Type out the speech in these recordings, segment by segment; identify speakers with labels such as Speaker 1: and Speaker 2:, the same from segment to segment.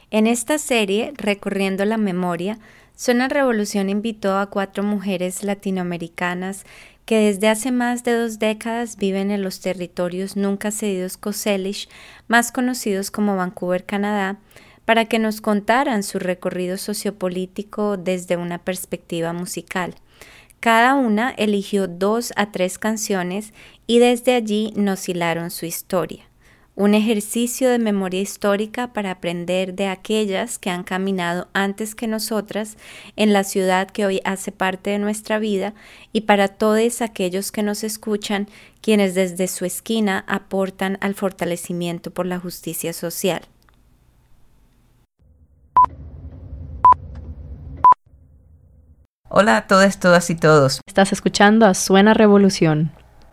Speaker 1: En esta serie, Recorriendo la Memoria, Zona Revolución invitó a 4 mujeres latinoamericanas que desde hace más de 2 décadas viven en los territorios nunca cedidos Coselich, más conocidos como Vancouver, Canadá, para que nos contaran su recorrido sociopolítico desde una perspectiva musical. Cada una eligió 2 a 3 canciones y desde allí nos hilaron su historia. Un ejercicio de memoria histórica para aprender de aquellas que han caminado antes que nosotras en la ciudad que hoy hace parte de nuestra vida y para todos aquellos que nos escuchan, quienes desde su esquina aportan al fortalecimiento por la justicia social.
Speaker 2: Hola a todas, todas y todos.
Speaker 3: Estás escuchando a Suena Revolución.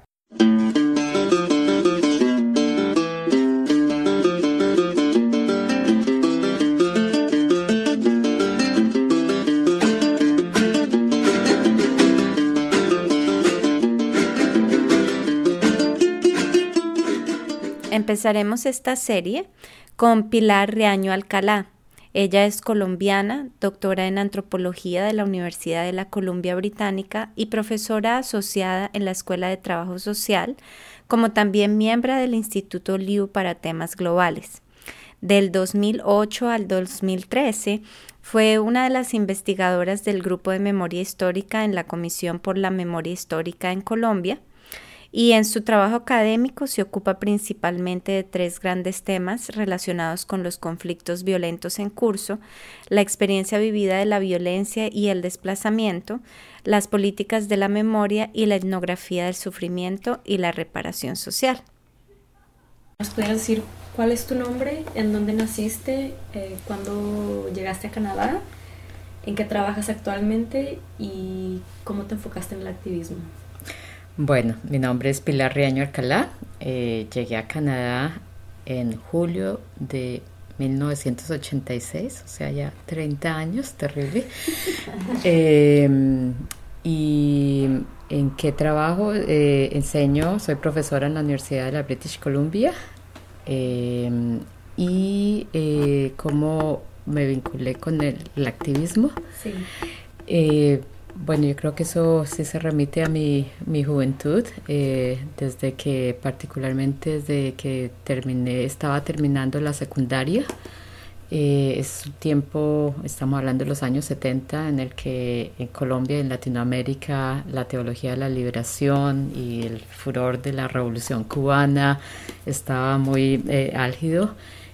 Speaker 1: Empezaremos esta serie con Pilar Riaño Alcalá. Ella es colombiana, doctora en antropología de la Universidad de la Columbia Británica y profesora asociada en la Escuela de Trabajo Social, como también miembro del Instituto Liu para temas globales. Del 2008 al 2013 fue una de las investigadoras del Grupo de Memoria Histórica en la Comisión por la Memoria Histórica en Colombia. Y en su trabajo académico se ocupa principalmente de 3 grandes temas relacionados con los conflictos violentos en curso, la experiencia vivida de la violencia y el desplazamiento, las políticas de la memoria y la etnografía del sufrimiento y la reparación social.
Speaker 4: ¿Nos pudieras decir cuál es tu nombre, en dónde naciste, cuándo llegaste a Canadá, en qué trabajas actualmente y cómo te enfocaste en el activismo?
Speaker 2: Bueno, mi nombre es Pilar Riaño Alcalá. Llegué a Canadá en julio de 1986, o sea, ya 30 años, terrible. ¿Y en qué trabajo? Enseño, soy profesora en la Universidad de la British Columbia. ¿Cómo me vinculé con el activismo?
Speaker 4: Sí.
Speaker 2: Bueno, yo creo que eso sí se remite a mi juventud, particularmente desde que estaba terminando la secundaria. Es un tiempo, estamos hablando de los años 70, en el que en Colombia y en Latinoamérica la teología de la liberación y el furor de la revolución cubana estaba muy álgido.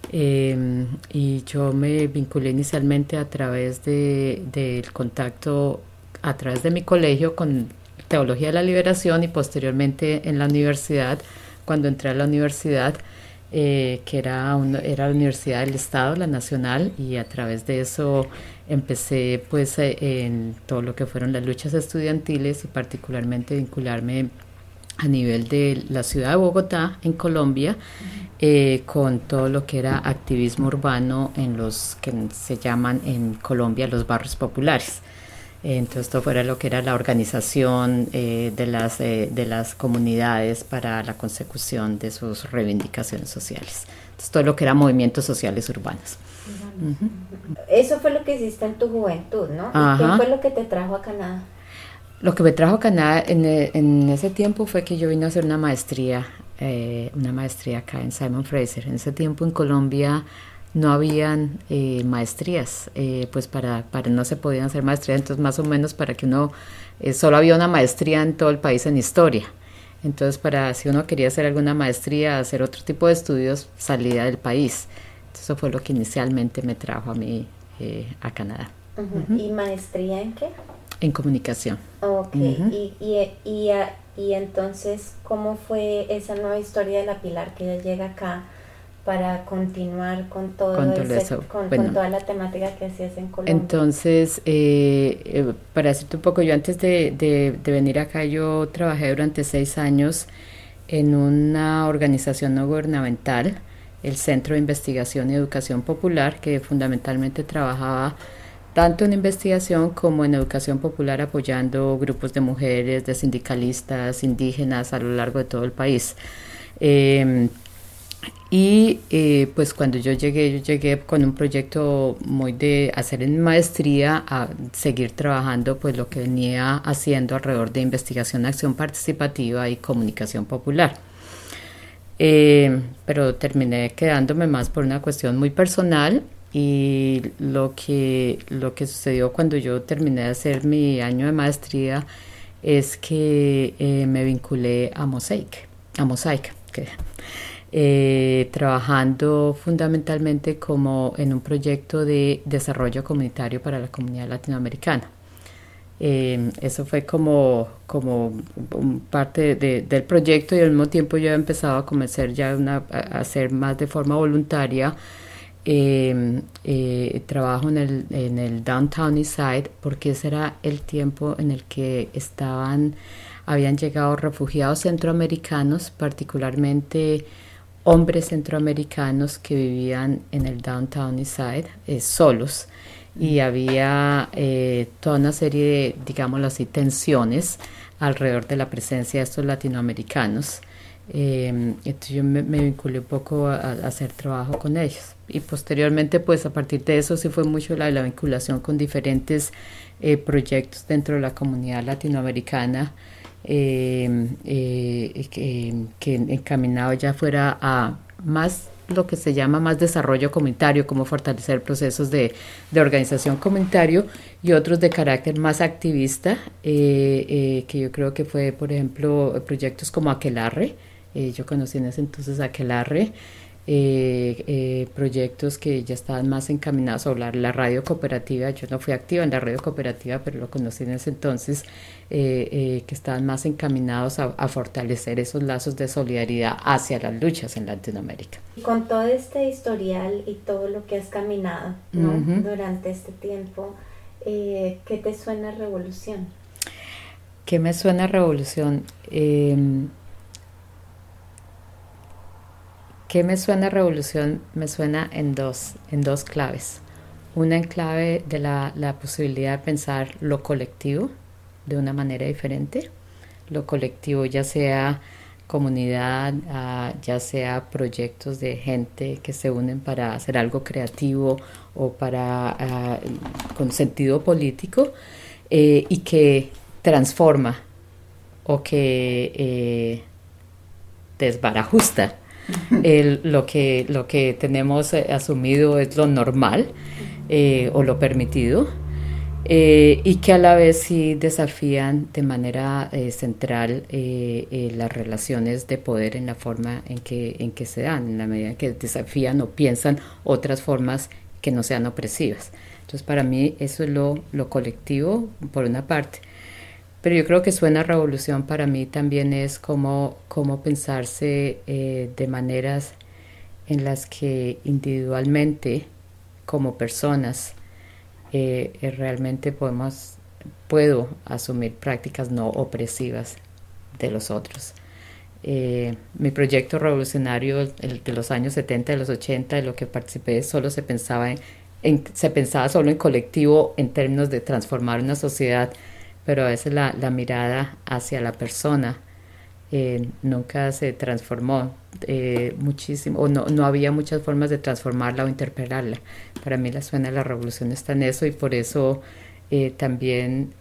Speaker 2: Y yo me vinculé inicialmente a través del contacto a través de mi colegio con Teología de la Liberación y posteriormente en la universidad, cuando entré a la universidad, que era la Universidad del Estado, la Nacional, y a través de eso empecé pues en todo lo que fueron las luchas estudiantiles y particularmente vincularme a nivel de la ciudad de Bogotá, en Colombia, con todo lo que era activismo urbano en los que se llaman en Colombia los barrios populares. Entonces esto fuera lo que era la organización de las comunidades para la consecución de sus reivindicaciones sociales. Entonces todo lo que era movimientos sociales urbanos.
Speaker 1: Uh-huh. Eso fue lo que hiciste en tu juventud, ¿no?
Speaker 2: Ajá.
Speaker 1: ¿Y qué fue lo que te trajo a Canadá?
Speaker 2: Lo que me trajo a Canadá en ese tiempo fue que yo vine a hacer una maestría acá en Simon Fraser. En ese tiempo en Colombia no habían maestrías, pues no se podían hacer maestrías, entonces más o menos para que uno, solo había una maestría en todo el país en historia, entonces si uno quería hacer alguna maestría, hacer otro tipo de estudios, salía del país. Entonces eso fue lo que inicialmente me trajo a mí a Canadá.
Speaker 1: Uh-huh. ¿Y maestría en qué?
Speaker 2: En comunicación.
Speaker 1: Okay.
Speaker 2: Uh-huh.
Speaker 1: Y entonces, ¿cómo fue esa nueva historia de la Pilar que ella llega acá para continuar con toda la temática que hacías en Colombia?
Speaker 2: Entonces, para decirte un poco, yo antes de venir acá, yo trabajé durante 6 años en una organización no gubernamental, el Centro de Investigación y Educación Popular, que fundamentalmente trabajaba tanto en investigación como en educación popular, apoyando grupos de mujeres, de sindicalistas, indígenas a lo largo de todo el país. Y pues cuando yo llegué con un proyecto muy de hacer en maestría, a seguir trabajando pues lo que venía haciendo alrededor de investigación, acción participativa y comunicación popular. Pero terminé quedándome más por una cuestión muy personal, y lo que sucedió cuando yo terminé de hacer mi año de maestría es que me vinculé a Mosaic, trabajando fundamentalmente como en un proyecto de desarrollo comunitario para la comunidad latinoamericana. Eso fue como parte del proyecto, y al mismo tiempo yo he empezado a comenzar ya a hacer más de forma voluntaria trabajo en el Downtown Eastside, porque ese era el tiempo en el que habían llegado refugiados centroamericanos, particularmente hombres centroamericanos que vivían en el Downtown Eastside solos, y había toda una serie de, digámoslo así, tensiones alrededor de la presencia de estos latinoamericanos. Entonces yo me vinculé un poco a hacer trabajo con ellos, y posteriormente pues a partir de eso sí fue mucho la vinculación con diferentes proyectos dentro de la comunidad latinoamericana, que encaminado ya fuera a más lo que se llama más desarrollo comunitario, como fortalecer procesos de organización comunitario, y otros de carácter más activista, que yo creo que fue, por ejemplo, proyectos como Aquelarre. Yo conocí en ese entonces Aquelarre, proyectos que ya estaban más encaminados a hablar la radio cooperativa. Yo no fui activa en la radio cooperativa, pero lo conocí en ese entonces, que estaban más encaminados a fortalecer esos lazos de solidaridad hacia las luchas en Latinoamérica.
Speaker 1: Y con todo este historial y todo lo que has caminado, ¿no? Durante este tiempo, ¿qué te suena revolución?
Speaker 2: ¿Qué me suena revolución? ¿Qué me suena revolución? Me suena en dos claves. Una en clave de la posibilidad de pensar lo colectivo de una manera diferente. Lo colectivo, ya sea comunidad, ya sea proyectos de gente que se unen para hacer algo creativo o con sentido político, y que transforma o que desbarajusta lo que tenemos asumido es lo normal, o lo permitido, y que a la vez sí desafían de manera central las relaciones de poder en la forma en que se dan, en la medida en que desafían o piensan otras formas que no sean opresivas. Entonces para mí eso es lo colectivo por una parte. Pero yo creo que suena revolución para mí también es cómo pensarse de maneras en las que individualmente, como personas, realmente puedo asumir prácticas no opresivas de los otros. Mi proyecto revolucionario, el de los años 70, de los 80, de lo que participé, solo se pensaba solo en colectivo en términos de transformar una sociedad, pero a veces la mirada hacia la persona nunca se transformó muchísimo, o no había muchas formas de transformarla o interpelarla. Para mí la revolución está en eso, y por eso también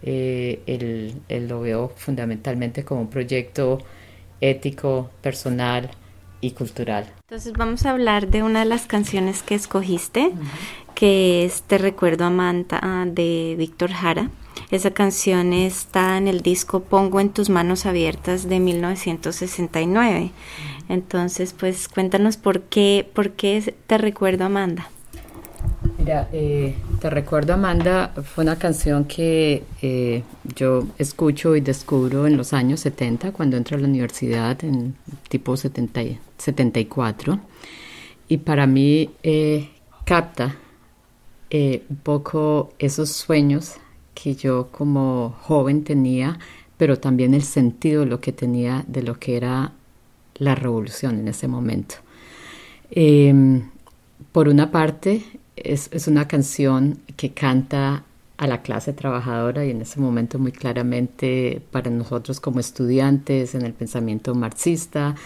Speaker 2: lo veo fundamentalmente como un proyecto ético, personal y cultural.
Speaker 1: Entonces vamos a hablar de una de las canciones que escogiste, que es Te recuerdo Amanda, de Víctor Jara. Esa canción está en el disco Pongo en tus manos abiertas de 1969. Entonces, pues cuéntanos por qué Te recuerdo Amanda.
Speaker 2: Mira, Te recuerdo Amanda fue una canción que yo escucho y descubro en los años 70, cuando entro a la universidad en tipo 74, y para mí capta un poco esos sueños que yo como joven tenía, pero también el sentido de lo que tenía de lo que era la revolución en ese momento. Por una parte, es una canción que canta a la clase trabajadora, y en ese momento muy claramente para nosotros como estudiantes en el pensamiento marxista,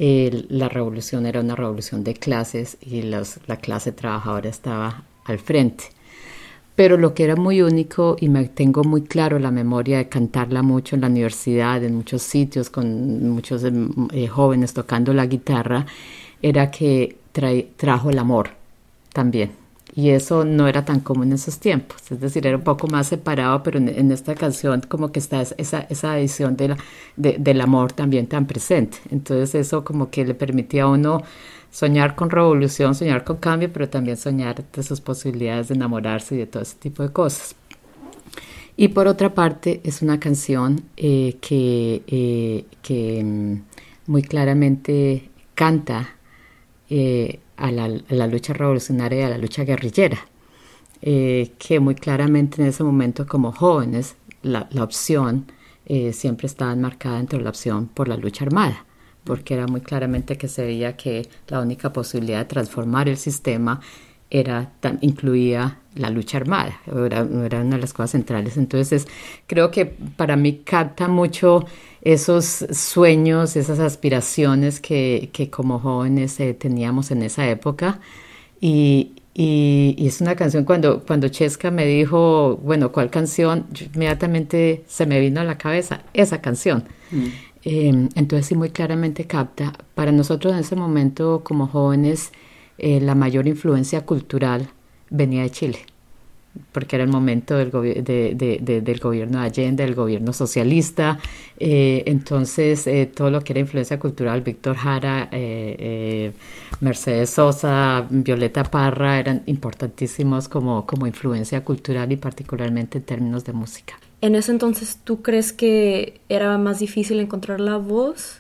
Speaker 2: la revolución era una revolución de clases y la clase trabajadora estaba al frente. Pero lo que era muy único, y me tengo muy claro la memoria de cantarla mucho en la universidad, en muchos sitios, con muchos jóvenes tocando la guitarra, era que trajo el amor también. Y eso no era tan común en esos tiempos. Es decir, era un poco más separado, pero en esta canción como que está esa edición del amor también tan presente. Entonces eso como que le permitía a uno soñar con revolución, soñar con cambio, pero también soñar de sus posibilidades de enamorarse y de todo ese tipo de cosas. Y por otra parte, es una canción que muy claramente canta a la lucha revolucionaria y a la lucha guerrillera, que muy claramente en ese momento como jóvenes la opción siempre estaba enmarcada dentro de la opción por la lucha armada, porque era muy claramente que se veía que la única posibilidad de transformar el sistema incluía la lucha armada, era una de las cosas centrales. Entonces creo que para mí capta mucho esos sueños, esas aspiraciones que como jóvenes teníamos en esa época, y es una canción, cuando Chesca me dijo, bueno, ¿cuál canción? Inmediatamente se me vino a la cabeza esa canción. Entonces sí, muy claramente capta. Para nosotros en ese momento como jóvenes, la mayor influencia cultural venía de Chile, porque era el momento del gobierno de Allende, del gobierno socialista. Entonces todo lo que era influencia cultural, Víctor Jara, Mercedes Sosa, Violeta Parra, eran importantísimos como influencia cultural y particularmente en términos de música.
Speaker 4: En ese entonces, ¿tú crees que era más difícil encontrar la voz?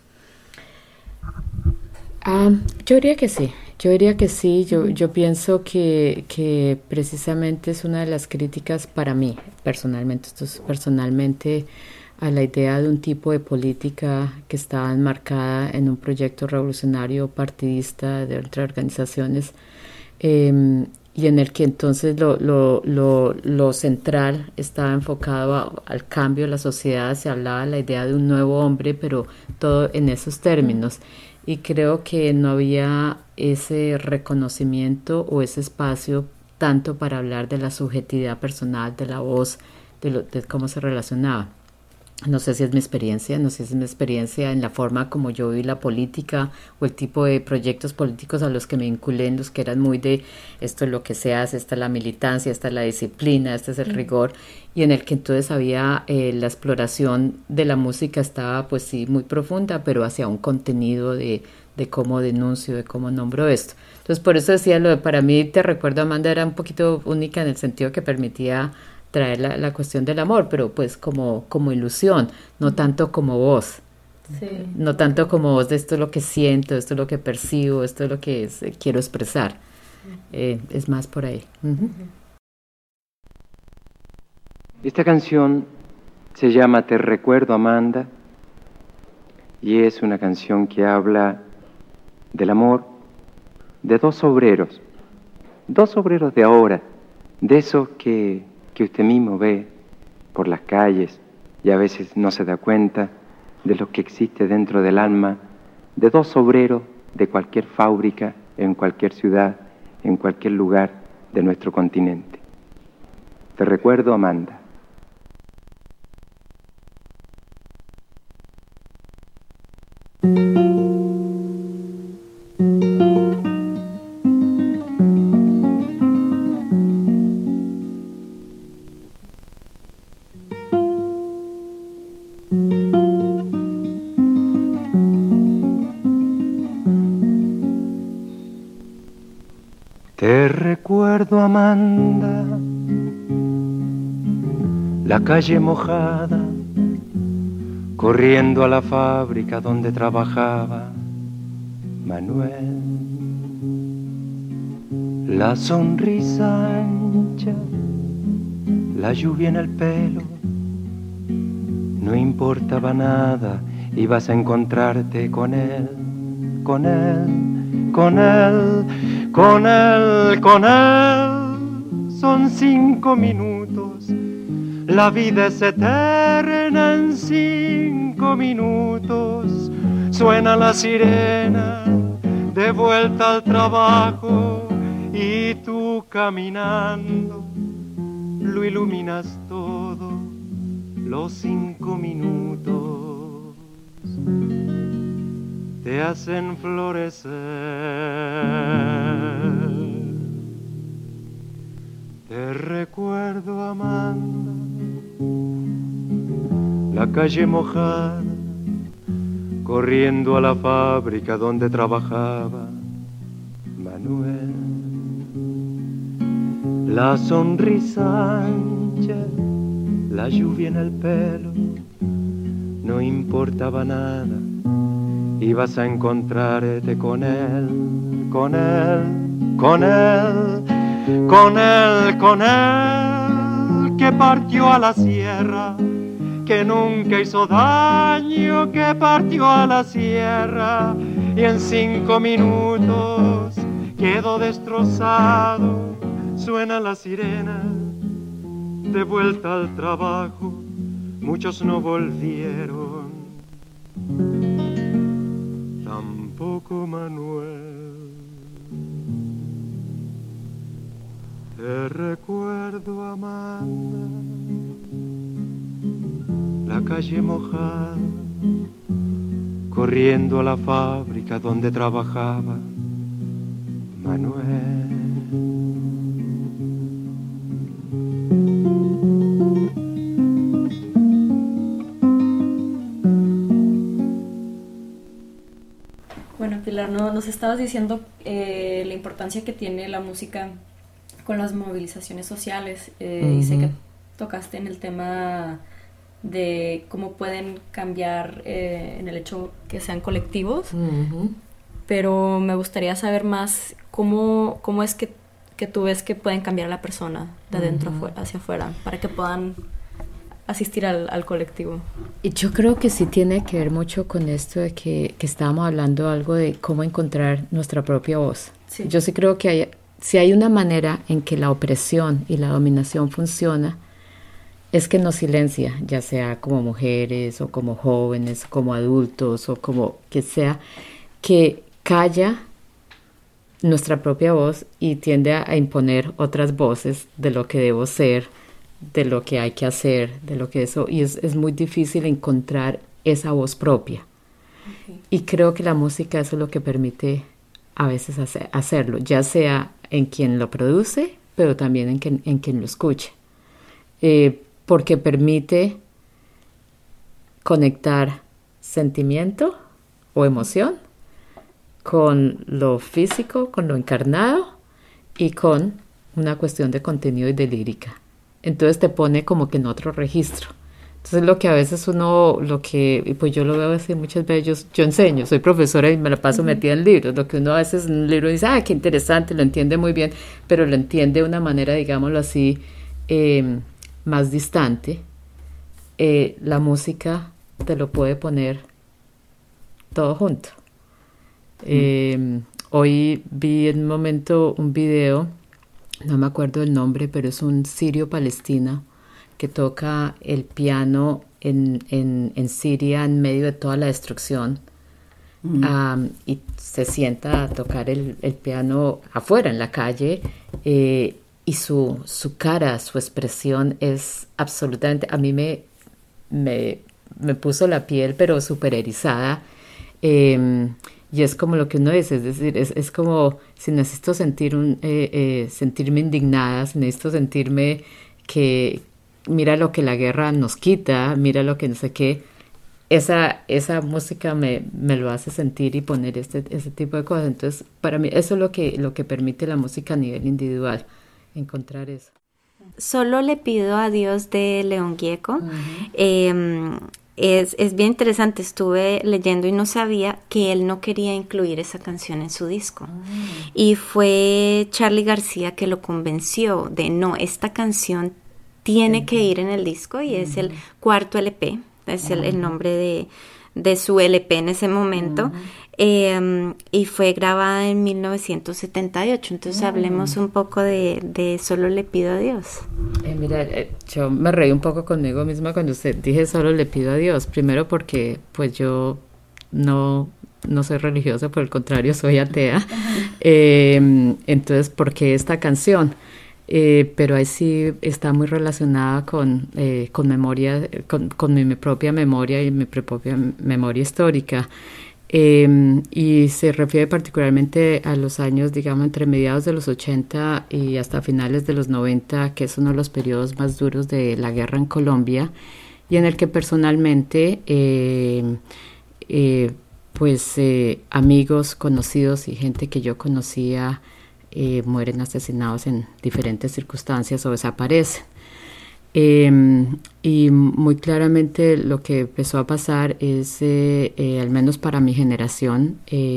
Speaker 2: Yo diría que sí. Yo pienso que precisamente es una de las críticas para mí, personalmente, a la idea de un tipo de política que estaba enmarcada en un proyecto revolucionario partidista de otras organizaciones, y en el que entonces lo central estaba enfocado al cambio de la sociedad. Se hablaba de la idea de un nuevo hombre, pero todo en esos términos. Y creo que no había ese reconocimiento o ese espacio tanto para hablar de la subjetividad personal, de la voz, de cómo se relacionaba. No sé si es mi experiencia en la forma como yo vi la política o el tipo de proyectos políticos a los que me vinculé, en los que eran muy de esto es lo que se hace, esta es la militancia, esta es la disciplina, este es el rigor, y en el que entonces había la exploración de la música estaba pues sí muy profunda, pero hacia un contenido de cómo denuncio, de cómo nombro esto. Entonces por eso decía para mí Te recuerdo, Amanda, era un poquito única en el sentido que permitía traer la cuestión del amor, pero pues como ilusión, no tanto como voz. Sí. No tanto como voz de esto es lo que siento, esto es lo que percibo, esto es lo que quiero expresar. Es más por ahí.
Speaker 5: Esta canción se llama Te recuerdo, Amanda, y es una canción que habla del amor de dos obreros de ahora, de esos que usted mismo ve por las calles y a veces no se da cuenta de lo que existe dentro del alma de dos obreros de cualquier fábrica, en cualquier ciudad, en cualquier lugar de nuestro continente. Te recuerdo, Amanda. Te recuerdo, Amanda, la calle mojada, corriendo a la fábrica donde trabajaba Manuel. La sonrisa ancha, la lluvia en el pelo, no importaba nada, ibas a encontrarte con él, con él, con él. Con él, son 5 minutos, la vida es eterna en 5 minutos, Suena la sirena de vuelta al trabajo y tú caminando lo iluminas todo, los 5 minutos te hacen florecer. Te recuerdo, Amanda, la calle mojada, corriendo a la fábrica donde trabajaba Manuel. La sonrisa ancha, la lluvia en el pelo, no importaba nada, ibas a encontrarte con él, con él, con él, con él, con él, que partió a la sierra, que nunca hizo daño, que partió a la sierra y en 5 minutos quedó destrozado. Suena la sirena de vuelta al trabajo, muchos no volvieron, tampoco Manuel. Te recuerdo, Amanda, la calle mojada, corriendo a la fábrica donde trabajaba Manuel.
Speaker 4: Bueno, Pilar, nos estabas diciendo la importancia que tiene la música con las movilizaciones sociales y sé que tocaste en el tema de cómo pueden cambiar en el hecho que sean colectivos, pero me gustaría saber más cómo es que tú ves que pueden cambiar a la persona de adentro hacia afuera para que puedan asistir al colectivo.
Speaker 2: Y yo creo que sí tiene que ver mucho con esto de que estábamos hablando algo de cómo encontrar nuestra propia voz. Sí. Yo sí creo que si hay una manera en que la opresión y la dominación funciona, es que nos silencia, ya sea como mujeres o como jóvenes, como adultos o como que sea, que calla nuestra propia voz y tiende a imponer otras voces de lo que debo ser, de lo que hay que hacer, de lo que eso, y es muy difícil encontrar esa voz propia. Y creo que la música eso es lo que permite a veces hacerlo, ya sea en quien lo produce, pero también en quien lo escuche. Porque permite conectar sentimiento o emoción con lo físico, con lo encarnado y con una cuestión de contenido y de lírica. Entonces te pone como que en otro registro. Entonces lo que a veces y pues yo lo veo así muchas veces, yo enseño, soy profesora y me la paso metida en libros, lo que uno a veces en un libro dice, qué interesante, lo entiende muy bien, pero lo entiende de una manera, digámoslo así, más distante. La música te lo puede poner todo junto. Hoy vi en un momento un video, no me acuerdo el nombre, pero es un sirio palestino que toca el piano en Siria en medio de toda la destrucción. Y se sienta a tocar el piano afuera en la calle y su cara, su expresión es absolutamente, a mí me puso la piel pero súper erizada, y es como lo que uno dice, es decir, es como si necesito sentirme indignada, si necesito sentirme que mira lo que la guerra nos quita, mira lo que no sé qué, esa música me lo hace sentir y poner ese tipo de cosas. Entonces para mí eso es lo que permite la música a nivel individual, encontrar eso.
Speaker 1: Solo le pido a Dios de León Gieco. Es bien interesante, estuve leyendo y no sabía que él no quería incluir esa canción en su disco. Y fue Charly García que lo convenció de no, esta canción tiene que ir en el disco y es el 4º LP, es el nombre de su LP en ese momento. Y fue grabada en 1978, entonces hablemos un poco de Solo le pido a Dios.
Speaker 2: Mira, yo me reí un poco conmigo misma cuando dije Solo le pido a Dios, primero porque pues yo no soy religiosa, por el contrario, soy atea. Entonces, ¿por qué esta canción? Pero ahí sí está muy relacionada con memoria, con mi propia memoria y mi propia memoria histórica. Y se refiere particularmente a los años, digamos, entre mediados de los 80 y hasta finales de los 90, que es uno de los periodos más duros de la guerra en Colombia, y en el que personalmente amigos, conocidos y gente que yo conocía mueren asesinados en diferentes circunstancias o desaparecen. Y muy claramente lo que empezó a pasar es, al menos para mi generación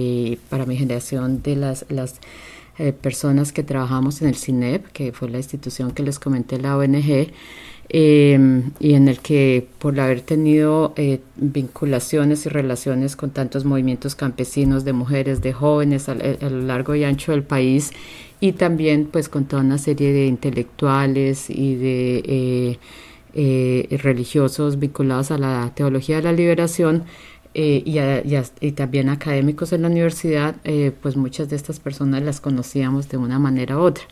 Speaker 2: de las personas que trabajamos en el CINEP, que fue la institución que les comenté, la ONG, y en el que por haber tenido vinculaciones y relaciones con tantos movimientos campesinos, de mujeres, de jóvenes a lo largo y ancho del país, y también pues con toda una serie de intelectuales y de religiosos vinculados a la teología de la liberación, y también académicos en la universidad, pues muchas de estas personas las conocíamos de una manera u otra.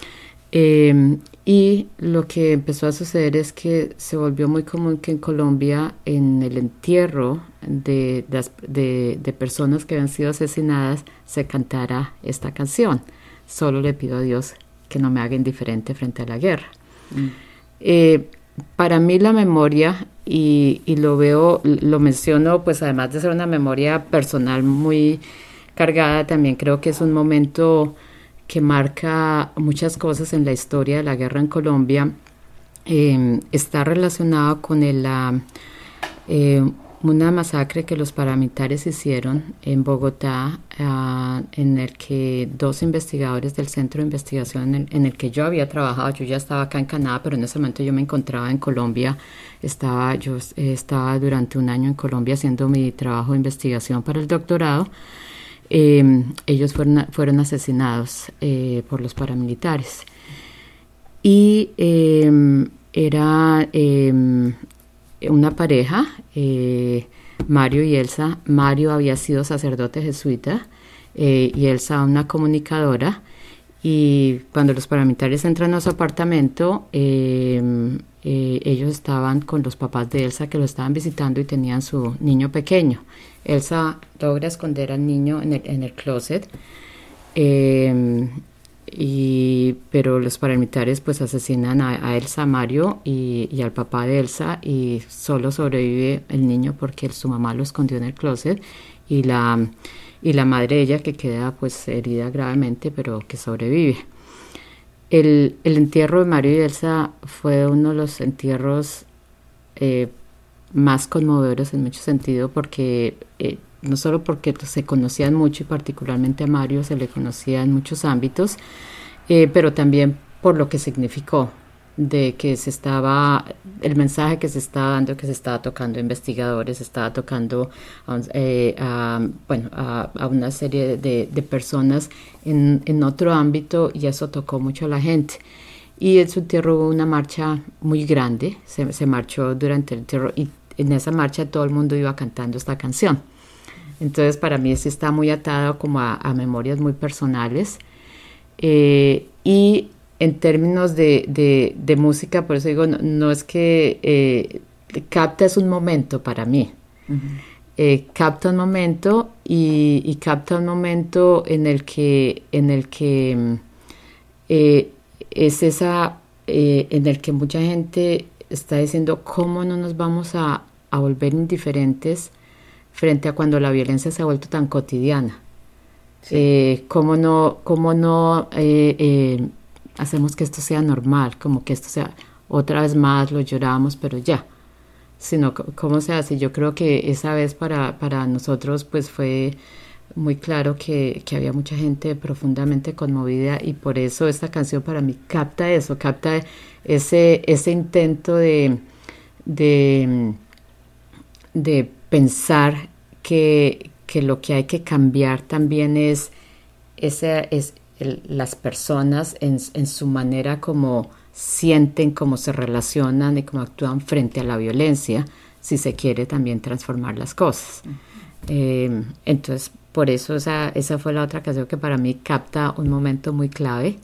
Speaker 2: Y lo que empezó a suceder es que se volvió muy común que en Colombia, en el entierro de personas que habían sido asesinadas, se cantara esta canción: Solo le pido a Dios que no me haga indiferente frente a la guerra. Para mí la memoria, y lo menciono pues además de ser una memoria personal muy cargada, también creo que es un momento que marca muchas cosas en la historia de la guerra en Colombia. Está relacionado con una masacre que los paramilitares hicieron en Bogotá, en el que 2 investigadores del centro de investigación en el que yo había trabajado, yo ya estaba acá en Canadá, pero en ese momento yo me encontraba en Colombia, yo estaba durante un año en Colombia haciendo mi trabajo de investigación para el doctorado. Ellos fueron asesinados por los paramilitares, y era una pareja, Mario y Elsa. Mario había sido sacerdote jesuita y Elsa una comunicadora, y cuando los paramilitares entran a su apartamento, ellos estaban con los papás de Elsa, que lo estaban visitando, y tenían su niño pequeño. Elsa logra esconder al niño en el closet, pero los paramilitares pues asesinan a Elsa, a Mario y al papá de Elsa, y solo sobrevive el niño porque su mamá lo escondió en el closet, y la madre de ella, que queda pues herida gravemente, pero que sobrevive. El entierro de Mario y Elsa fue uno de los entierros más conmovedores en mucho sentido, porque no solo porque se conocían mucho, y particularmente a Mario se le conocía en muchos ámbitos, pero también por lo que significó, de que el mensaje que se estaba dando, que se estaba tocando a investigadores, se estaba tocando a una serie de personas en otro ámbito, y eso tocó mucho a la gente. Y en su entierro hubo una marcha muy grande, se marchó durante el entierro, y en esa marcha todo el mundo iba cantando esta canción. Entonces para mí sí está muy atado como a memorias muy personales, y en términos de música, por eso digo, no es que capta, es un momento para mí. Uh-huh. Capta un momento, y capta un momento en el que es en el que mucha gente está diciendo cómo no nos vamos a volver indiferentes frente a cuando la violencia se ha vuelto tan cotidiana. Sí. Cómo no hacemos que esto sea normal, como que esto sea otra vez más, lo lloramos, pero ya, sino cómo se hace. Yo creo que esa vez para nosotros pues fue muy claro que había mucha gente profundamente conmovida, y por eso esta canción para mí capta ese intento de pensar que lo que hay que cambiar también es las personas en su manera como sienten, cómo se relacionan y cómo actúan frente a la violencia, si se quiere también transformar las cosas. Entonces, por eso esa fue la otra canción que para mí capta un momento muy clave.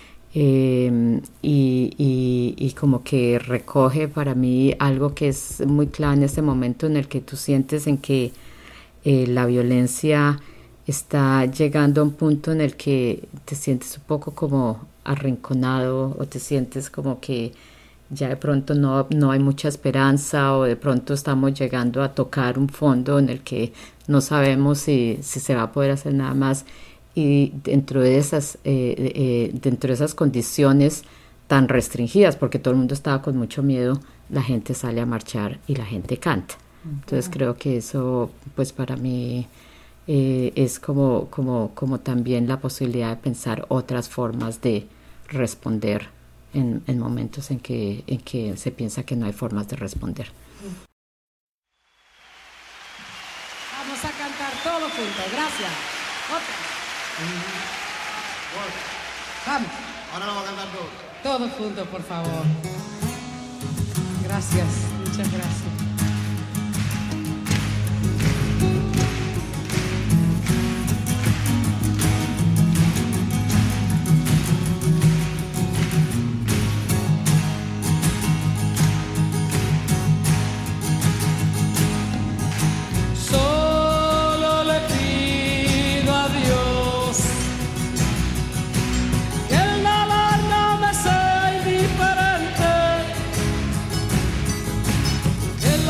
Speaker 2: Y como que recoge para mí algo que es muy clave en este momento en el que tú sientes en que la violencia está llegando a un punto en el que te sientes un poco como arrinconado o te sientes como que ya de pronto no hay mucha esperanza o de pronto estamos llegando a tocar un fondo en el que no sabemos si se va a poder hacer nada más. Y dentro de esas condiciones tan restringidas, porque todo el mundo estaba con mucho miedo, la gente sale a marchar y la gente canta. Entonces creo que eso, pues para mí es como también la posibilidad de pensar otras formas de responder en momentos en que se piensa que no hay formas de responder.
Speaker 6: Vamos a cantar todos juntos, gracias. Vamos.
Speaker 7: Ahora lo vamos a cantar
Speaker 6: todos juntos, por favor. Gracias, muchas gracias.
Speaker 8: El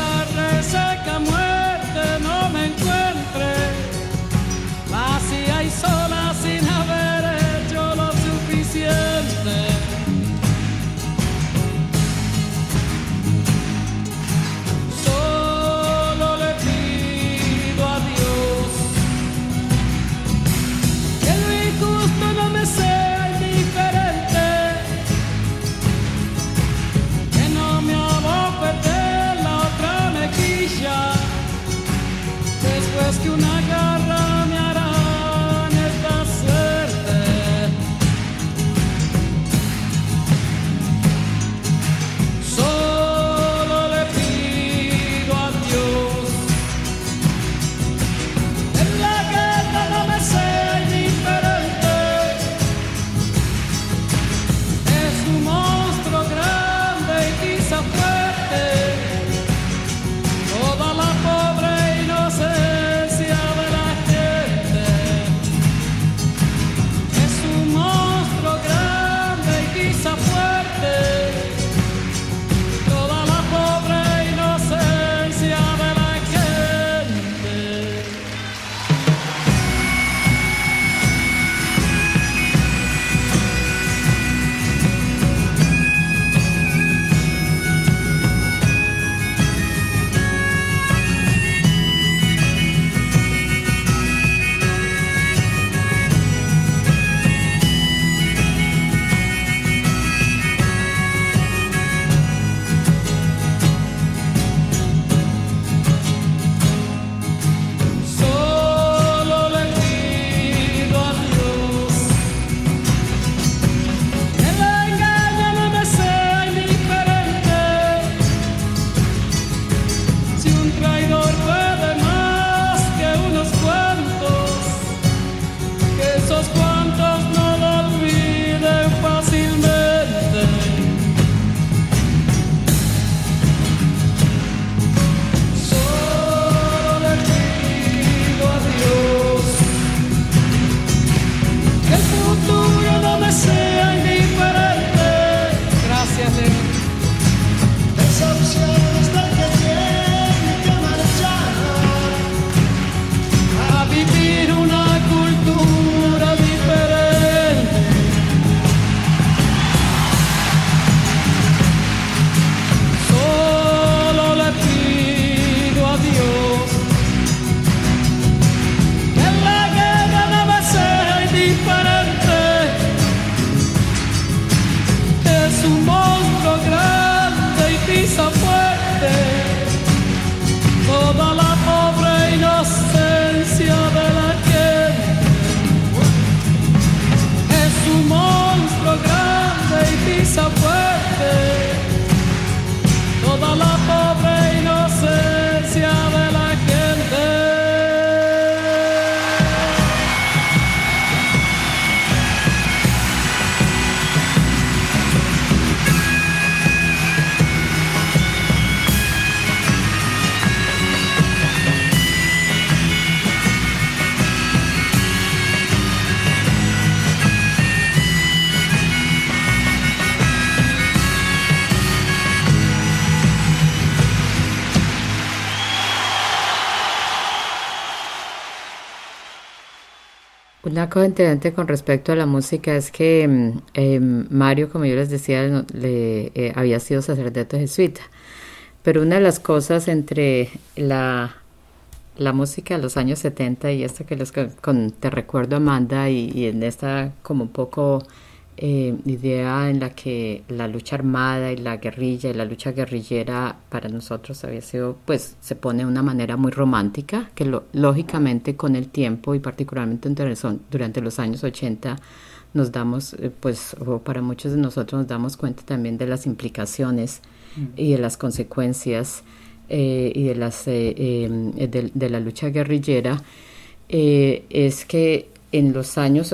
Speaker 2: Una cosa interesante con respecto a la música es que Mario, como yo les decía, había sido sacerdote jesuita, pero una de las cosas entre la música de los años 70 y esta que Te recuerdo, Amanda, y en esta como un poco idea en la que la lucha armada y la guerrilla y la lucha guerrillera para nosotros había sido, pues se pone de una manera muy romántica, que lógicamente con el tiempo y particularmente durante los años 80 nos damos, pues o para muchos de nosotros nos damos cuenta también de las implicaciones y de las consecuencias y de la lucha guerrillera. Es que en los años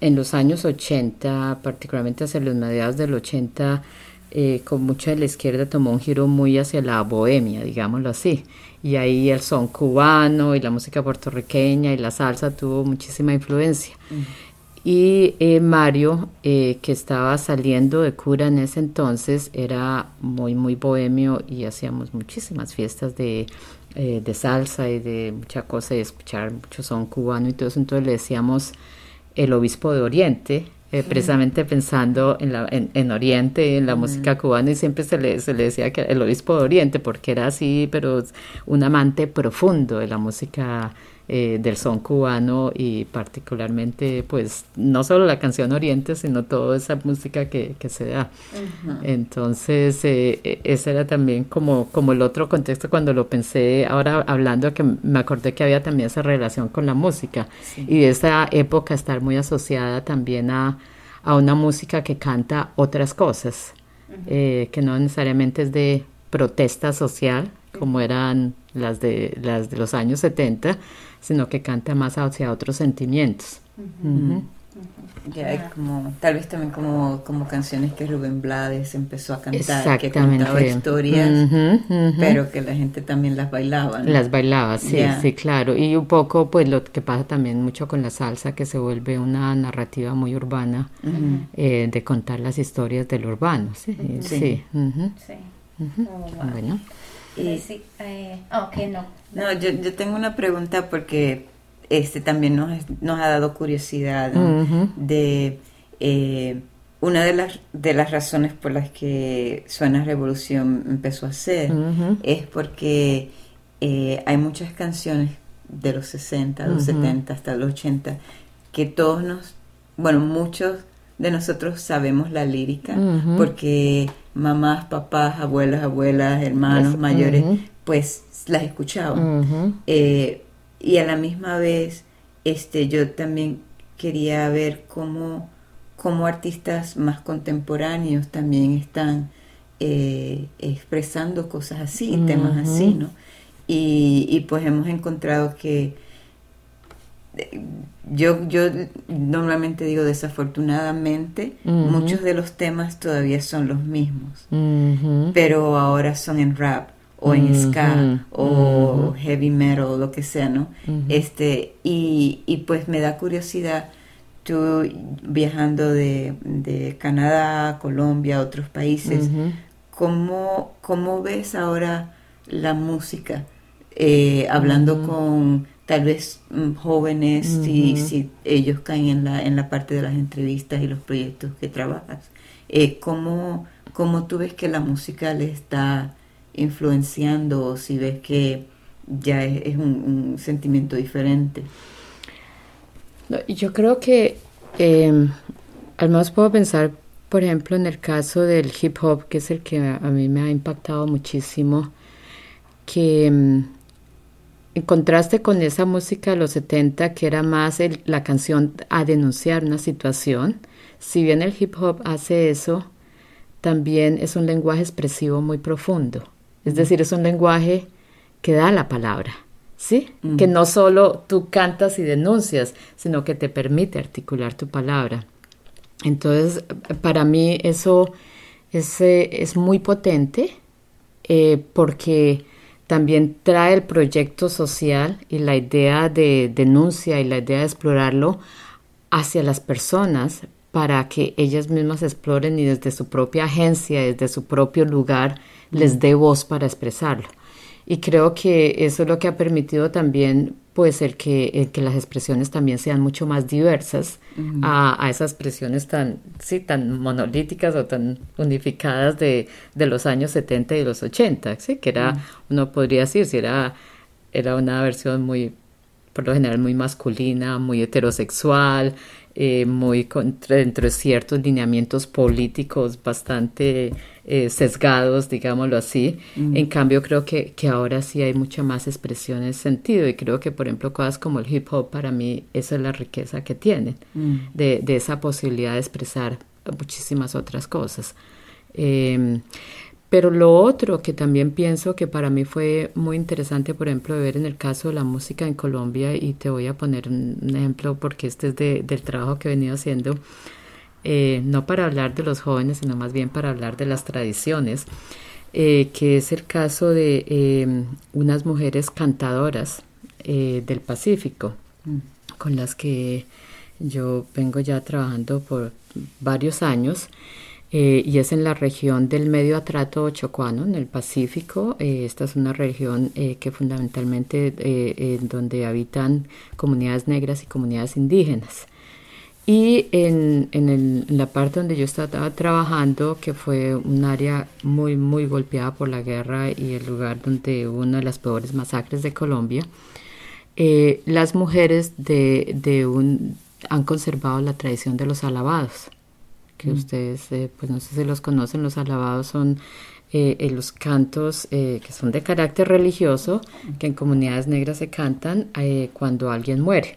Speaker 2: 80, particularmente hacia los mediados del 80, con mucha de la izquierda tomó un giro muy hacia la bohemia, digámoslo así. Y ahí el son cubano y la música puertorriqueña y la salsa tuvo muchísima influencia. Y Mario, que estaba saliendo de cura en ese entonces, era muy, muy bohemio y hacíamos muchísimas fiestas de salsa y de mucha cosa y escuchar mucho son cubano y todo eso. Entonces le decíamos el obispo de Oriente, precisamente pensando en Oriente, en la música cubana, y siempre se le decía que era el obispo de Oriente porque era así, pero un amante profundo de la música del son cubano y particularmente pues no solo la canción Oriente sino toda esa música que se da. Entonces ese era también como el otro contexto cuando lo pensé ahora hablando, que me acordé que había también esa relación con la música y de esa época estar muy asociada también a una música que canta otras cosas, que no necesariamente es de protesta social como eran las de los años 70, sino que canta más hacia otros sentimientos.
Speaker 7: Ya hay como, tal vez también como canciones que Rubén Blades empezó a cantar, que contaba historias, pero que la gente también las bailaba, ¿no?
Speaker 2: Las bailaba, sí, sí, claro. Y un poco, pues, lo que pasa también mucho con la salsa, que se vuelve una narrativa muy urbana, de contar las historias del urbano, sí. Bueno.
Speaker 7: No, yo tengo una pregunta porque también nos ha dado curiosidad, ¿no? De una de las razones por las que Suena Revolución empezó a hacer es porque hay muchas canciones de los 60, los 70 hasta los 80 que muchos de nosotros sabemos la lírica porque mamás, papás, abuelas, hermanos mayores pues las escuchaban. Y a la misma vez yo también quería ver cómo artistas más contemporáneos también están expresando cosas así, temas así, ¿no? Y pues hemos encontrado que yo normalmente digo desafortunadamente muchos de los temas todavía son los mismos, pero ahora son en rap o en ska o heavy metal o lo que sea, ¿no? Y pues me da curiosidad, tú viajando de Canadá, Colombia, a otros países, ¿cómo ves ahora la música? Hablando con tal vez jóvenes, si ellos caen en la parte de las entrevistas y los proyectos que trabajas, ¿cómo tú ves que la música le está influenciando, o si ves que ya es un sentimiento diferente?
Speaker 2: Yo creo que al menos puedo pensar, por ejemplo, en el caso del hip hop, que es el que a mí me ha impactado muchísimo, que en contraste con esa música de los 70, que era más la canción a denunciar una situación, si bien el hip hop hace eso, también es un lenguaje expresivo muy profundo. Es decir, es un lenguaje que da la palabra, ¿sí? Que no solo tú cantas y denuncias, sino que te permite articular tu palabra. Entonces, para mí eso es muy potente, porque también trae el proyecto social y la idea de denuncia y la idea de explorarlo hacia las personas para que ellas mismas exploren y desde su propia agencia, desde su propio lugar, les dé voz para expresarlo. Y creo que eso es lo que ha permitido también pues el que las expresiones también sean mucho más diversas a esas expresiones tan monolíticas o tan unificadas de los años 70 y los 80, ¿sí? Que era, uno podría decir, si era una versión muy, por lo general, muy masculina, muy heterosexual, muy dentro de ciertos lineamientos políticos bastante sesgados, digámoslo así. En cambio, creo que ahora sí hay mucha más expresión en ese sentido, y creo que, por ejemplo, cosas como el hip hop, para mí, esa es la riqueza que tienen, de esa posibilidad de expresar muchísimas otras cosas. Pero lo otro que también pienso que para mí fue muy interesante, por ejemplo, de ver en el caso de la música en Colombia, y te voy a poner un ejemplo porque este es del trabajo que he venido haciendo, no para hablar de los jóvenes, sino más bien para hablar de las tradiciones, que es el caso de unas mujeres cantadoras del Pacífico, con las que yo vengo ya trabajando por varios años. Y es en la región del Medio Atrato Chocuano, en el Pacífico. Esta es una región que fundamentalmente donde habitan comunidades negras y comunidades indígenas. Y en la parte donde yo estaba trabajando, que fue un área muy, muy golpeada por la guerra y el lugar donde hubo una de las peores masacres de Colombia, las mujeres han conservado la tradición de los alabados, que ustedes, pues no sé si los conocen. Los alabados son los cantos que son de carácter religioso, que en comunidades negras se cantan cuando alguien muere.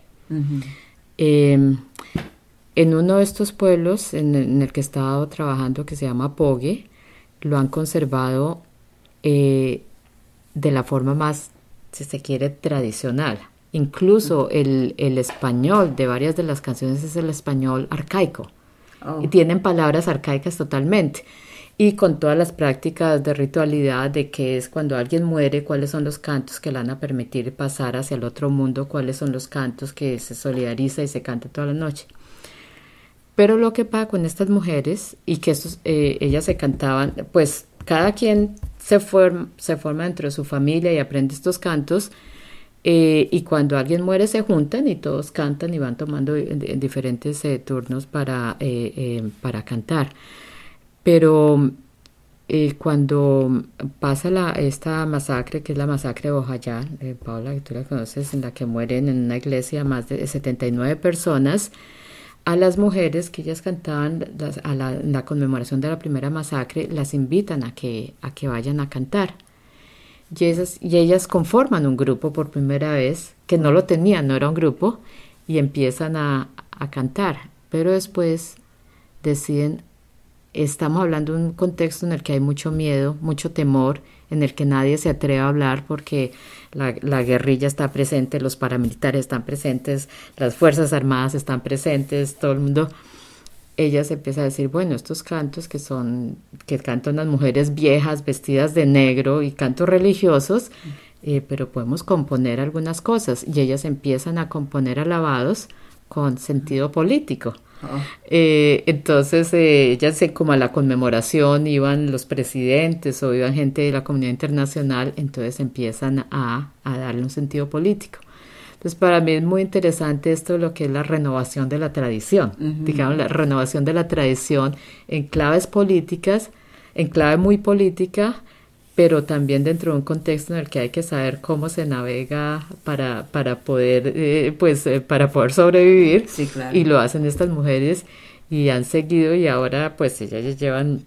Speaker 2: En uno de estos pueblos en el que he estado trabajando, que se llama Pogue, lo han conservado de la forma más, si se quiere, tradicional. Incluso el español de varias de las canciones es el español arcaico. Y tienen palabras arcaicas totalmente, y con todas las prácticas de ritualidad de qué es cuando alguien muere, cuáles son los cantos que le van a permitir pasar hacia el otro mundo, cuáles son los cantos que se solidariza y se canta toda la noche. Pero lo que pasa con estas mujeres, y que ellas se cantaban, pues cada quien se forma dentro de su familia y aprende estos cantos, y cuando alguien muere se juntan y todos cantan y van tomando en diferentes turnos para cantar. Pero cuando pasa esta masacre, que es la masacre de Bojayá, Paula, que tú la conoces, en la que mueren en una iglesia más de 79 personas, a las mujeres que ellas cantaban en la conmemoración de la primera masacre, las invitan a que vayan a cantar. Y ellas conforman un grupo por primera vez, que no lo tenían, no era un grupo, y empiezan a cantar. Pero después deciden, estamos hablando de un contexto en el que hay mucho miedo, mucho temor, en el que nadie se atreve a hablar porque la guerrilla está presente, los paramilitares están presentes, las fuerzas armadas están presentes, todo el mundo. Ellas empiezan a decir, bueno, estos cantos que cantan las mujeres viejas vestidas de negro y cantos religiosos, pero podemos componer algunas cosas, y ellas empiezan a componer alabados con sentido político. Entonces ellas, como a la conmemoración, iban los presidentes o iban gente de la comunidad internacional, entonces empiezan a darle un sentido político. Entonces, para mí es muy interesante esto, lo que es la renovación de la tradición, digamos, la renovación de la tradición en claves políticas, en clave muy política, pero también dentro de un contexto en el que hay que saber cómo se navega para poder para poder sobrevivir.
Speaker 7: Sí, claro.
Speaker 2: Y lo hacen estas mujeres, y han seguido, y ahora pues ellas ya llevan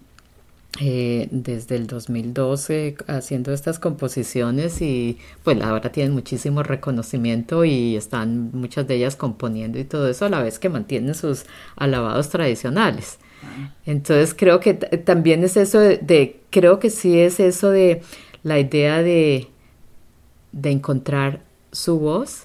Speaker 2: desde el 2012 haciendo estas composiciones, y pues ahora tienen muchísimo reconocimiento y están muchas de ellas componiendo y todo eso, a la vez que mantienen sus alabados tradicionales. Entonces creo que también es eso creo que sí es eso de la idea de encontrar su voz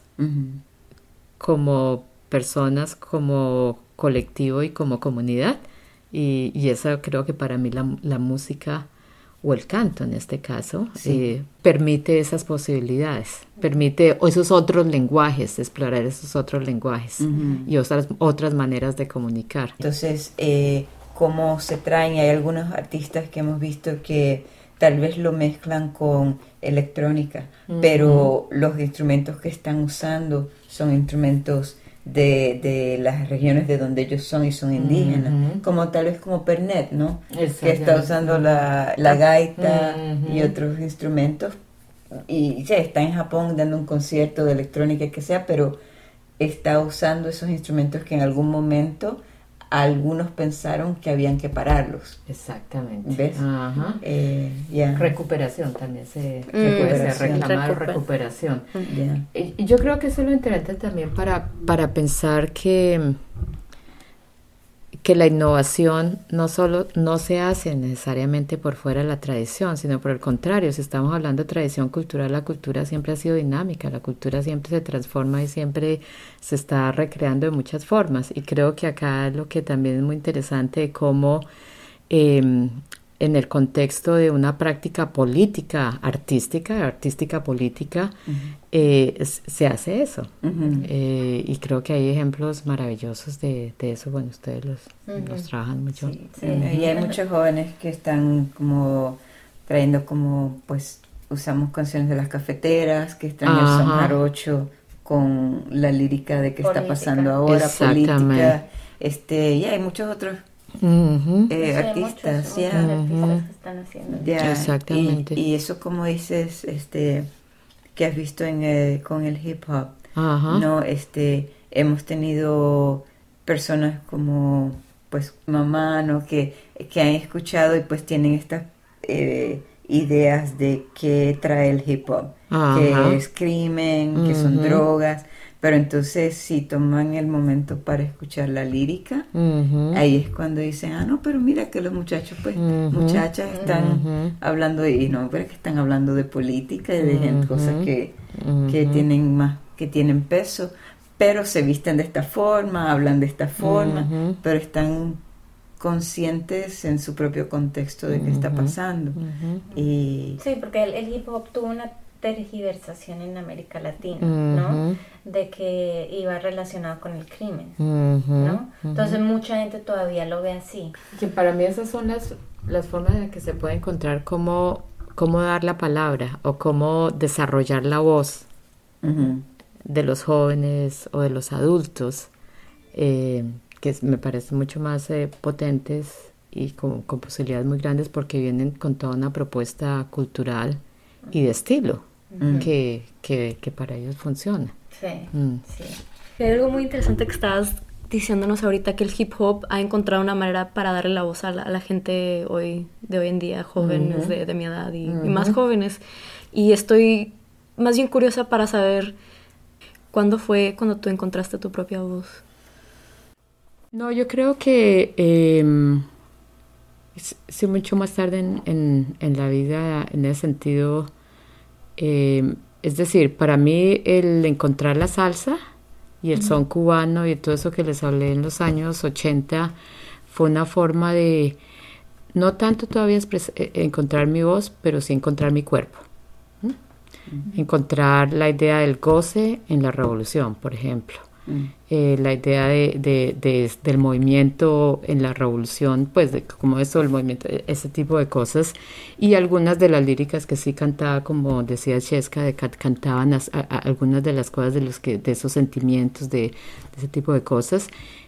Speaker 2: como personas, como colectivo y como comunidad. Y eso creo que para mí la música, o el canto en este caso, permite esas posibilidades, permite esos otros lenguajes, explorar esos otros lenguajes y otras maneras de comunicar.
Speaker 7: Entonces, ¿cómo se traen? Hay algunos artistas que hemos visto que tal vez lo mezclan con electrónica, pero los instrumentos que están usando son instrumentos de las regiones de donde ellos son y son indígenas, como tal vez como Pernet, ¿no? Que está usando la gaita y otros instrumentos, y sí, está en Japón dando un concierto de electrónica que sea, pero está usando esos instrumentos que en algún momento algunos pensaron que habían que pararlos.
Speaker 2: Exactamente.
Speaker 7: ¿Ves?
Speaker 2: Ajá. Recuperación también se puede ser reclamar recuperación. Y yo creo que eso es lo interesante también para pensar que la innovación no se hace necesariamente por fuera de la tradición, sino por el contrario, si estamos hablando de tradición cultural, la cultura siempre ha sido dinámica, la cultura siempre se transforma y siempre se está recreando de muchas formas, y creo que acá lo que también es muy interesante, cómo en el contexto de una práctica política, artística política, se hace eso. Y creo que hay ejemplos maravillosos de eso. Bueno, ustedes los trabajan mucho.
Speaker 7: Sí. Y hay muchos jóvenes que están como trayendo como, pues, usamos canciones de las cafeteras, que están el son jarocho con la lírica de qué está pasando ahora, política. Y hay muchos otros artistas,
Speaker 1: que están haciendo.
Speaker 2: Exactamente.
Speaker 7: Y eso, como dices, que has visto con el hip hop, no, hemos tenido personas como, pues, mamá, ¿no? que han escuchado y pues tienen estas ideas de qué trae el hip hop, que es crimen, que son drogas. Pero entonces si toman el momento para escuchar la lírica, ahí es cuando dicen, no, pero mira que los muchachos, pues, muchachas están hablando y no, pero que están hablando de política y de cosas que tienen peso, pero se visten de esta forma, hablan de esta forma, pero están conscientes en su propio contexto de qué está pasando. Y
Speaker 1: sí, porque el hip hop tuvo una tergiversación en América Latina, ¿no? De que iba relacionado con el crimen, ¿no? Entonces mucha gente todavía lo ve así.
Speaker 2: Que para mí esas son las formas en las que se puede encontrar cómo dar la palabra o cómo desarrollar la voz de los jóvenes o de los adultos, que me parecen mucho más potentes y con posibilidades muy grandes porque vienen con toda una propuesta cultural y de estilo que para ellos funciona.
Speaker 4: Sí. Hay algo muy interesante que estabas diciéndonos ahorita, que el hip hop ha encontrado una manera para darle la voz a la gente de hoy en día, jóvenes de mi edad y más jóvenes. Y estoy más bien curiosa para saber cuándo fue cuando tú encontraste tu propia voz.
Speaker 2: No, yo creo que sí, mucho más tarde en la vida, en ese sentido. Es decir, para mí el encontrar la salsa y el son cubano y todo eso que les hablé en los años 80 fue una forma de, no tanto todavía encontrar mi voz, pero sí encontrar mi cuerpo. Encontrar la idea del goce en la revolución, por ejemplo. La idea del movimiento en la revolución, pues como eso, el movimiento, ese tipo de cosas, y algunas de las líricas que sí cantaba, como decía Cheska, cantaban algunas de las cosas de esos sentimientos, de ese tipo de cosas,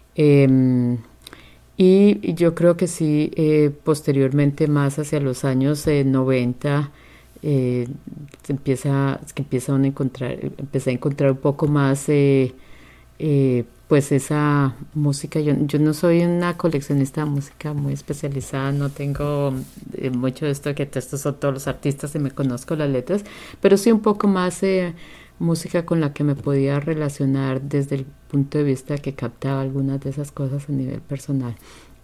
Speaker 2: y yo creo que sí, posteriormente, más hacia los años 90, empecé a encontrar un poco más pues esa música. Yo no soy una coleccionista de música muy especializada, no tengo mucho de esto que estos son todos los artistas y me conozco las letras, pero sí un poco más música con la que me podía relacionar desde el punto de vista que captaba algunas de esas cosas a nivel personal.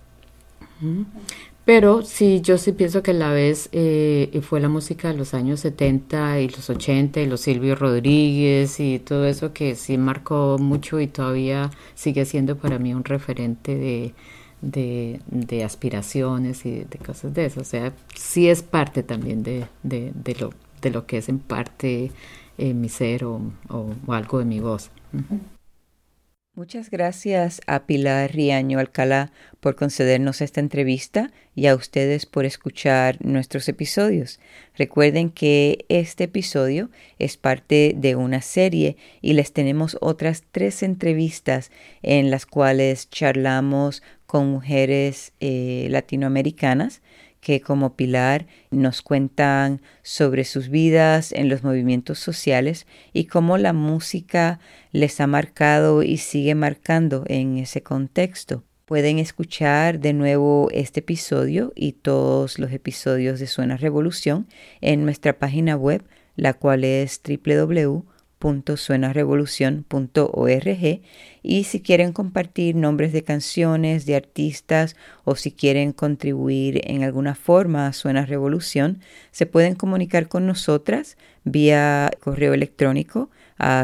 Speaker 2: Pero sí, yo sí pienso que a la vez fue la música de los años 70 y los 80 y los Silvio Rodríguez y todo eso que sí marcó mucho y todavía sigue siendo para mí un referente de aspiraciones y de cosas de eso. O sea, sí es parte también de lo que es en parte mi ser o algo de mi voz.
Speaker 7: Muchas gracias a Pilar Riaño Alcalá por concedernos esta entrevista y a ustedes por escuchar nuestros episodios. Recuerden que este episodio es parte de una serie y les tenemos otras 3 entrevistas en las cuales charlamos con mujeres latinoamericanas que como Pilar nos cuentan sobre sus vidas en los movimientos sociales y cómo la música les ha marcado y sigue marcando en ese contexto. Pueden escuchar de nuevo este episodio y todos los episodios de Suena Revolución en nuestra página web, la cual es www.suenarevolucion.org, y si quieren compartir nombres de canciones, de artistas o si quieren contribuir en alguna forma a Suena Revolución, se pueden comunicar con nosotras vía correo electrónico a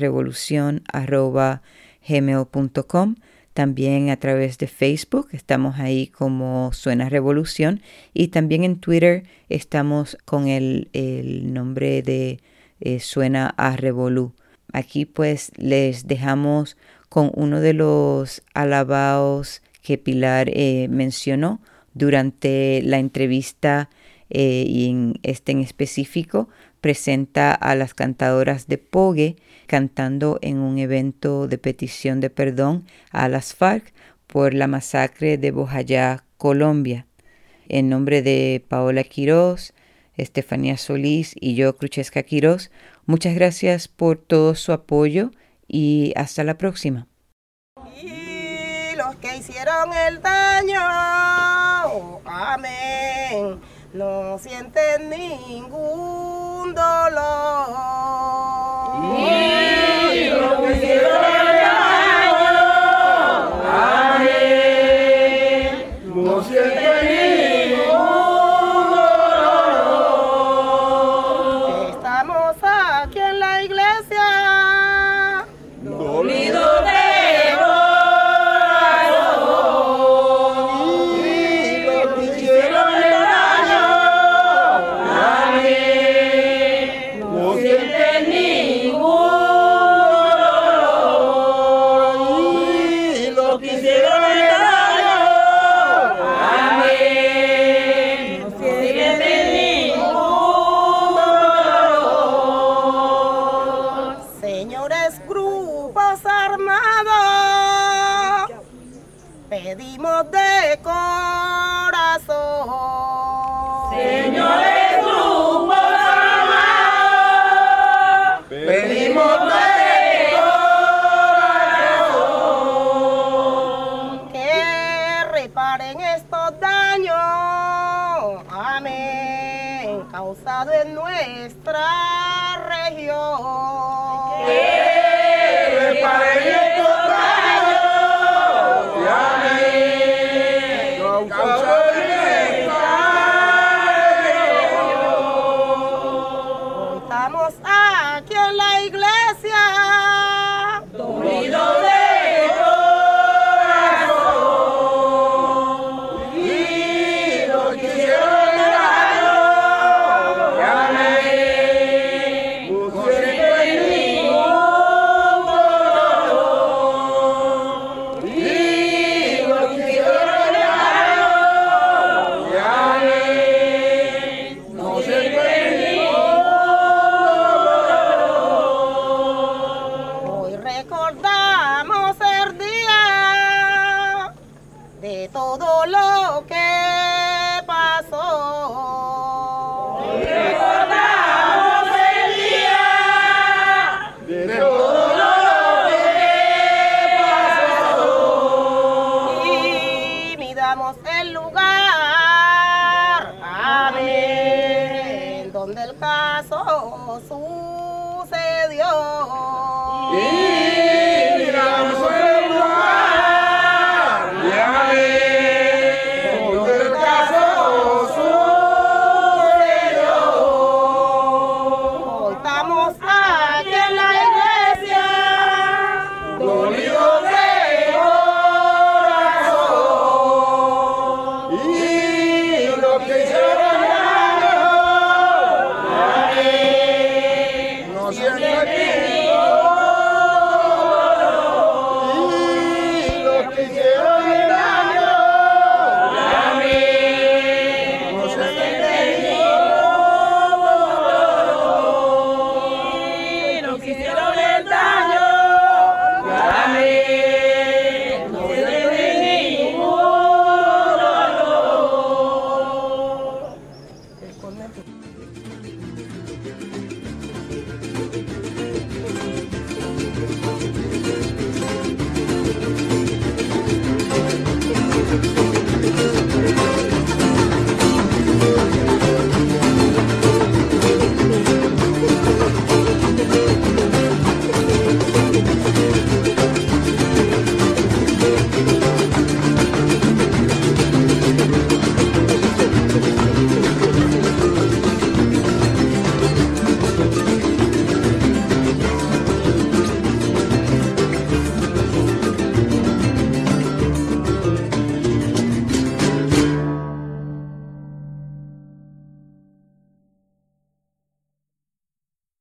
Speaker 7: suenarevolucion@gmail.com. También a través de Facebook, estamos ahí como Suena Revolución, y también en Twitter estamos con el nombre de Suena a Revolú. Aquí pues les dejamos con uno de los alabaos que Pilar mencionó durante la entrevista, y en específico presenta a las cantadoras de Pogue cantando en un evento de petición de perdón a las FARC por la masacre de Bojayá, Colombia. En nombre de Paola Quiroz, Estefanía Solís y yo, Crucesca Quiroz, muchas gracias por todo su apoyo y hasta la próxima.
Speaker 8: Y los que hicieron el daño, amén, no sienten ningún dolor. Y los que hicieron el daño, amén, no sienten ningún dolor. Estamos aquí en la iglesia, dolidos de pedimos de corazón. Señores grupos armados, pedimos de corazón que reparen estos daños, amén, causados en nuestra región. Que reparen estos daños, estamos aquí en la iglesia, dolidos de corazón, y los que hicieron el daño, amén, no sienten ningún dolor, y los que hicieron el daño, amén, no sienten ningún dolor. Hoy recordamos el día de todo lo que pasó. Hoy recordamos el día de todo lo que pasó. Y midamos el lugar, amén, donde el caso sucedió.